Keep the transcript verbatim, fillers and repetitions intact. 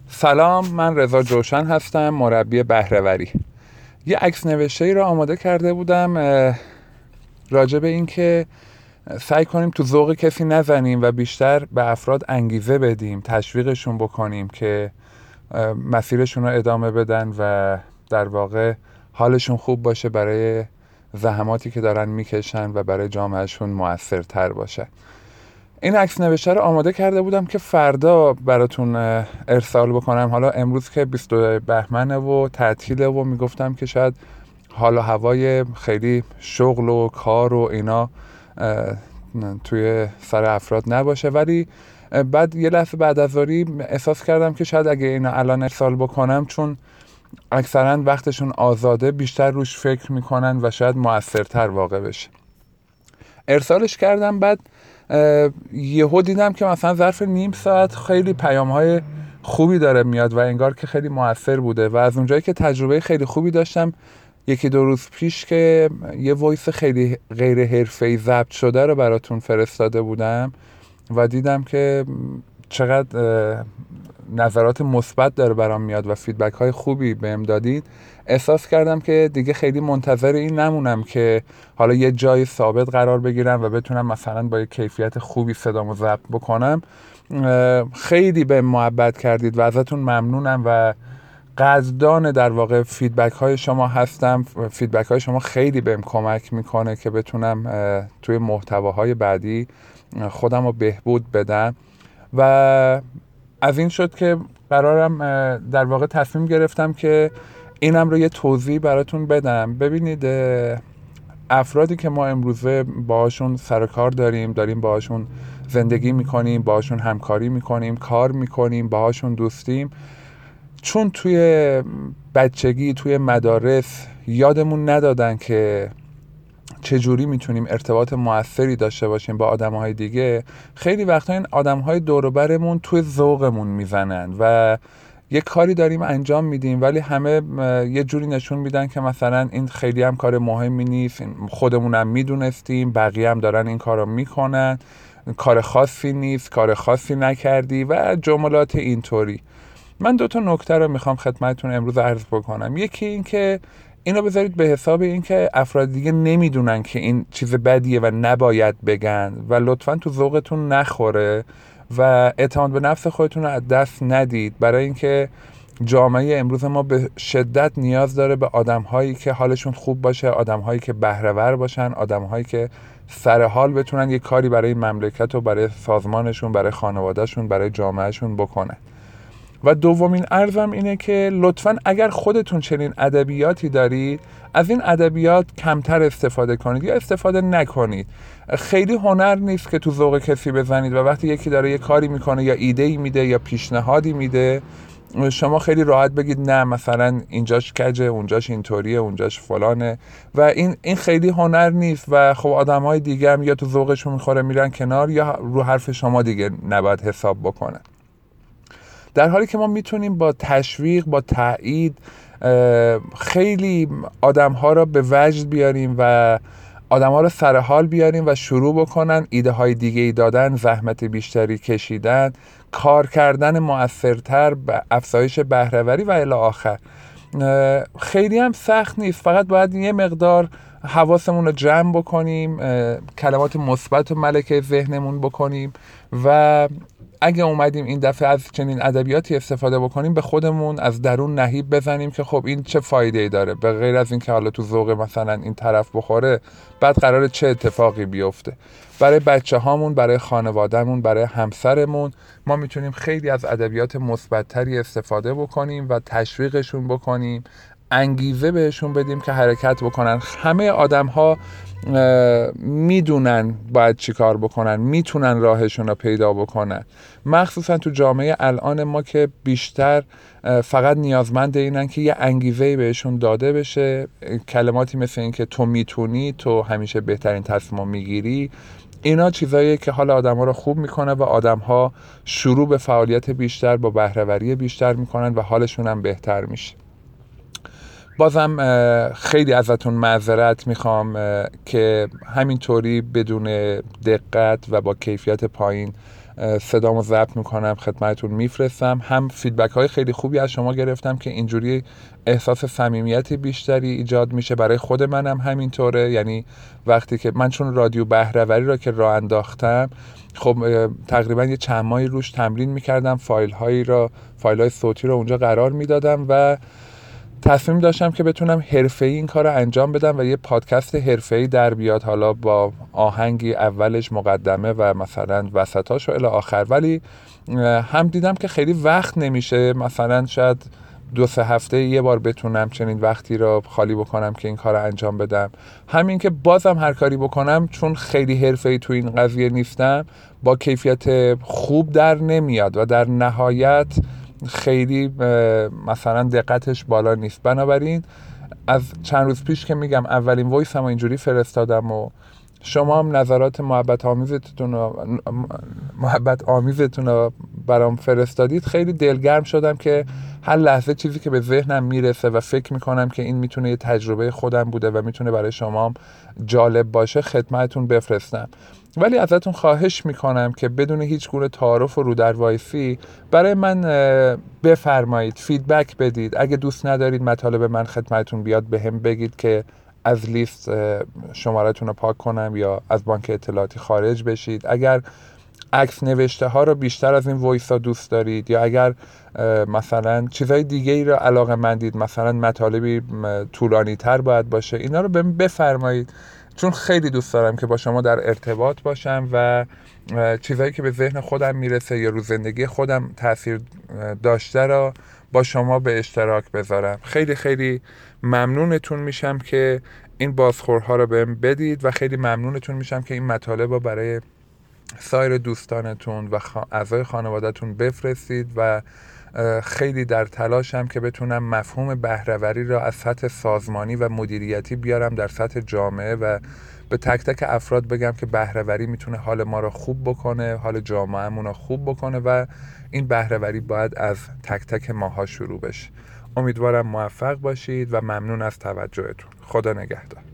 سلام، من رضا جوشن هستم، مربی بهره‌وری. یه عکس نوشته ای رو آماده کرده بودم راجع به این که سعی کنیم تو ذوق کسی نزنیم و بیشتر به افراد انگیزه بدیم، تشویقشون بکنیم که مسیرشون رو ادامه بدن و در واقع حالشون خوب باشه برای زحماتی که دارن میکشن و برای جامعهشون مؤثرتر باشه. این عکس نوشته رو آماده کرده بودم که فردا براتون ارسال بکنم. حالا امروز که بیست و دو بهمنه و تعطیله و میگفتم که شاید حال و هوای خیلی شغل و کار و اینا توی سر افراد نباشه، ولی بعد یه لحظه بعد از ظهری احساس کردم که شاید اگه اینا الان ارسال بکنم، چون اکثرا وقتشون آزاده، بیشتر روش فکر میکنن و شاید مؤثرتر واقع بشه. ارسالش کردم، بعد یهو دیدم که مثلا ظرف نیم ساعت خیلی پیام‌های خوبی داره میاد و انگار که خیلی مؤثر بوده و از اونجایی که تجربه خیلی خوبی داشتم یکی دو روز پیش که یه وایس خیلی غیر حرفه‌ای ضبط شده رو براتون فرستاده بودم و دیدم که چقدر نظرات مثبت داره برام میاد و فیدبک های خوبی بهم دادید، احساس کردم که دیگه خیلی منتظر این نمونم که حالا یه جای ثابت قرار بگیرم و بتونم مثلا با یه کیفیت خوبی صدامو ضبط بکنم. خیلی به محبت کردید و ازتون ممنونم و قدردان در واقع فیدبک های شما هستم. فیدبک های شما خیلی بهم کمک میکنه که بتونم توی محتواهای بعدی خودم رو بهبود بدم و از این شد که قرارم در واقع تصمیم گرفتم که اینم رو یه توضیح براتون بدم. ببینید، افرادی که ما امروزه باهاشون سر و کار داریم داریم باهاشون زندگی میکنیم، باهاشون همکاری میکنیم، کار میکنیم، باهاشون دوستیم، چون توی بچگی توی مدارس یادمون ندادن که چجوری میتونیم ارتباط موثری داشته باشیم با آدم‌های دیگه، خیلی وقتا این آدم‌های دور و برمون توی ذوقمون میزنن و یه کاری داریم انجام میدیم ولی همه یه جوری نشون میدن که مثلا این خیلی هم کار مهمی نیست، خودمونم میدونستیم، بقیه هم دارن این کارو میکنن، کار خاصی نیست، کار خاصی نکردی و جملات اینطوری. من دو تا نکته رو میخوام خدمتتون امروز عرض بکنم. یکی این که اینو بذارید به حساب این که افراد دیگه نمیدونن که این چیز بدیه و نباید بگن و لطفاً تو ذوقتون نخوره و اعتماد به نفس خودتون رو از دست ندید، برای اینکه جامعه امروز ما به شدت نیاز داره به آدم‌هایی که حالشون خوب باشه، آدم‌هایی که بهره‌ور باشن، آدم‌هایی که سر حال بتونن یه کاری برای مملکت و برای سازمانشون، برای خانواده‌شون، برای جامعهشون بکنن. و دومین عرضم اینه که لطفاً اگر خودتون چنین ادبیاتی دارید، از این ادبیات کمتر استفاده کنید یا استفاده نکنید. خیلی هنر نیست که تو ذوق کسی بزنید و وقتی یکی داره یه کاری میکنه یا ایده‌ای میده یا پیشنهادی میده، شما خیلی راحت بگید نه، مثلا اینجاش کجه، اونجاش اینطوریه، اونجاش فلانه و این این خیلی هنر نیست و خب آدم‌های دیگه هم یا تو ذوقشون میخوره میرن کنار یا رو حرف شما دیگه نباید حساب بکنن. در حالی که ما میتونیم با تشویق، با تایید خیلی آدم‌ها را به وجد بیاریم و آدم‌ها را سر حال بیاریم و شروع بکنن ایده های دیگه ای دادن، زحمت بیشتری کشیدن، کار کردن مؤثرتر، به افزایش بهره‌وری و الی آخر. خیلی هم سخت نیست، فقط باید یه مقدار حواسمون رو جمع بکنیم، کلمات مثبت و ملکه ذهنمون بکنیم و اگه اومدیم این دفعه از چنین ادبیاتی استفاده بکنیم، به خودمون از درون نهیب بزنیم که خب این چه فایده‌ای داره، به غیر از این که حالا تو ذوق مثلا این طرف بخوره، بعد قراره چه اتفاقی بیفته برای بچه هامون، برای خانوادهمون، برای همسرمون. ما میتونیم خیلی از ادبیات مثبت‌تری استفاده بکنیم و تشویقشون بکنیم، انگیزه بهشون بدیم که حرکت بکنن. همه آدم‌ها میدونن باید چی کار بکنن، میتونن راهشون رو پیدا بکنن، مخصوصا تو جامعه الان ما که بیشتر فقط نیازمند اینن که یه انگیزه‌ای بهشون داده بشه. کلماتی مثل این که تو میتونی، تو همیشه بهترین تصمیم میگیری، اینا چیزاییه که حال آدم‌ها رو خوب میکنه و آدم‌ها شروع به فعالیت بیشتر با بهره‌وری بیشتر میکنن و حالشون هم بهتر میشه. بازم خیلی ازتون معذرت میخوام که همینطوری بدون دقت و با کیفیت پایین صدامو ضبط میکنم خدمتتون میفرستم. هم فیدبک های خیلی خوبی از شما گرفتم که اینجوری احساس صمیمیت بیشتری ایجاد میشه، برای خود منم همینطوره. یعنی وقتی که من چون رادیو بهره‌وری را که راه انداختم، خب تقریبا یه چند ماهی روش تمرین میکردم، فایل هایی را فایل های صوتی رو اونجا قرار میدادم و تصمیم داشتم که بتونم حرفه‌ای این کار رو انجام بدم و یه پادکست حرفه‌ای در بیاد، حالا با آهنگی اولش مقدمه و مثلا وسطاش و الی آخر. ولی هم دیدم که خیلی وقت نمیشه، مثلا شاید دو سه هفته یه بار بتونم چنین وقتی رو خالی بکنم که این کار رو انجام بدم. همین که بازم هر کاری بکنم چون خیلی حرفه‌ای تو این قضیه نیستم، با کیفیت خوب در نمیاد و در نهایت خیلی مثلا دقتش بالا نیست. بنابراین از چند روز پیش که میگم اولین وایس هم اینجوری فرستادم و شما هم نظرات محبت آمیزتون رو محبت آمیزتون رو برام فرستادید، خیلی دلگرم شدم که هر لحظه چیزی که به ذهنم میرسه و فکر میکنم که این میتونه یه تجربه خودم بوده و میتونه برای شما هم جالب باشه خدمتتون بفرستم. ولی ازتون خواهش میکنم که بدون هیچ گونه تعارف و رو در وایسی برای من بفرمایید، فیدبک بدید. اگه دوست ندارید مطالب من خدمتتون بیاد به هم بگید که از لیست شمارتون رو پاک کنم یا از بانک اطلاعاتی خارج بشید. اگر عکس نوشته ها رو بیشتر از این وایس ها دوست دارید یا اگر مثلا چیزهای دیگه ای رو علاقه مندید، مثلا مطالبی طولانی تر باید باشه، اینا رو بهم بفرمایید، چون خیلی دوست دارم که با شما در ارتباط باشم و چیزهایی که به ذهن خودم میرسه یا رو زندگی خودم تاثیر داشته رو با شما به اشتراک بذارم. خیلی خیلی ممنونتون میشم که این بازخورها رو بهم بدید و خیلی ممنونتون میشم که این مطالب رو برای سایر دوستانتون و اعضای خانواده‌تون بفرستید و خیلی در تلاشم که بتونم مفهوم بهره‌وری را از سطح سازمانی و مدیریتی بیارم در سطح جامعه و به تک تک افراد بگم که بهره‌وری میتونه حال ما رو خوب بکنه، حال جامعه‌مون رو خوب بکنه و این بهره‌وری باید از تک تک ماها شروع بشه. امیدوارم موفق باشید و ممنون از توجهتون. خدا نگهدار.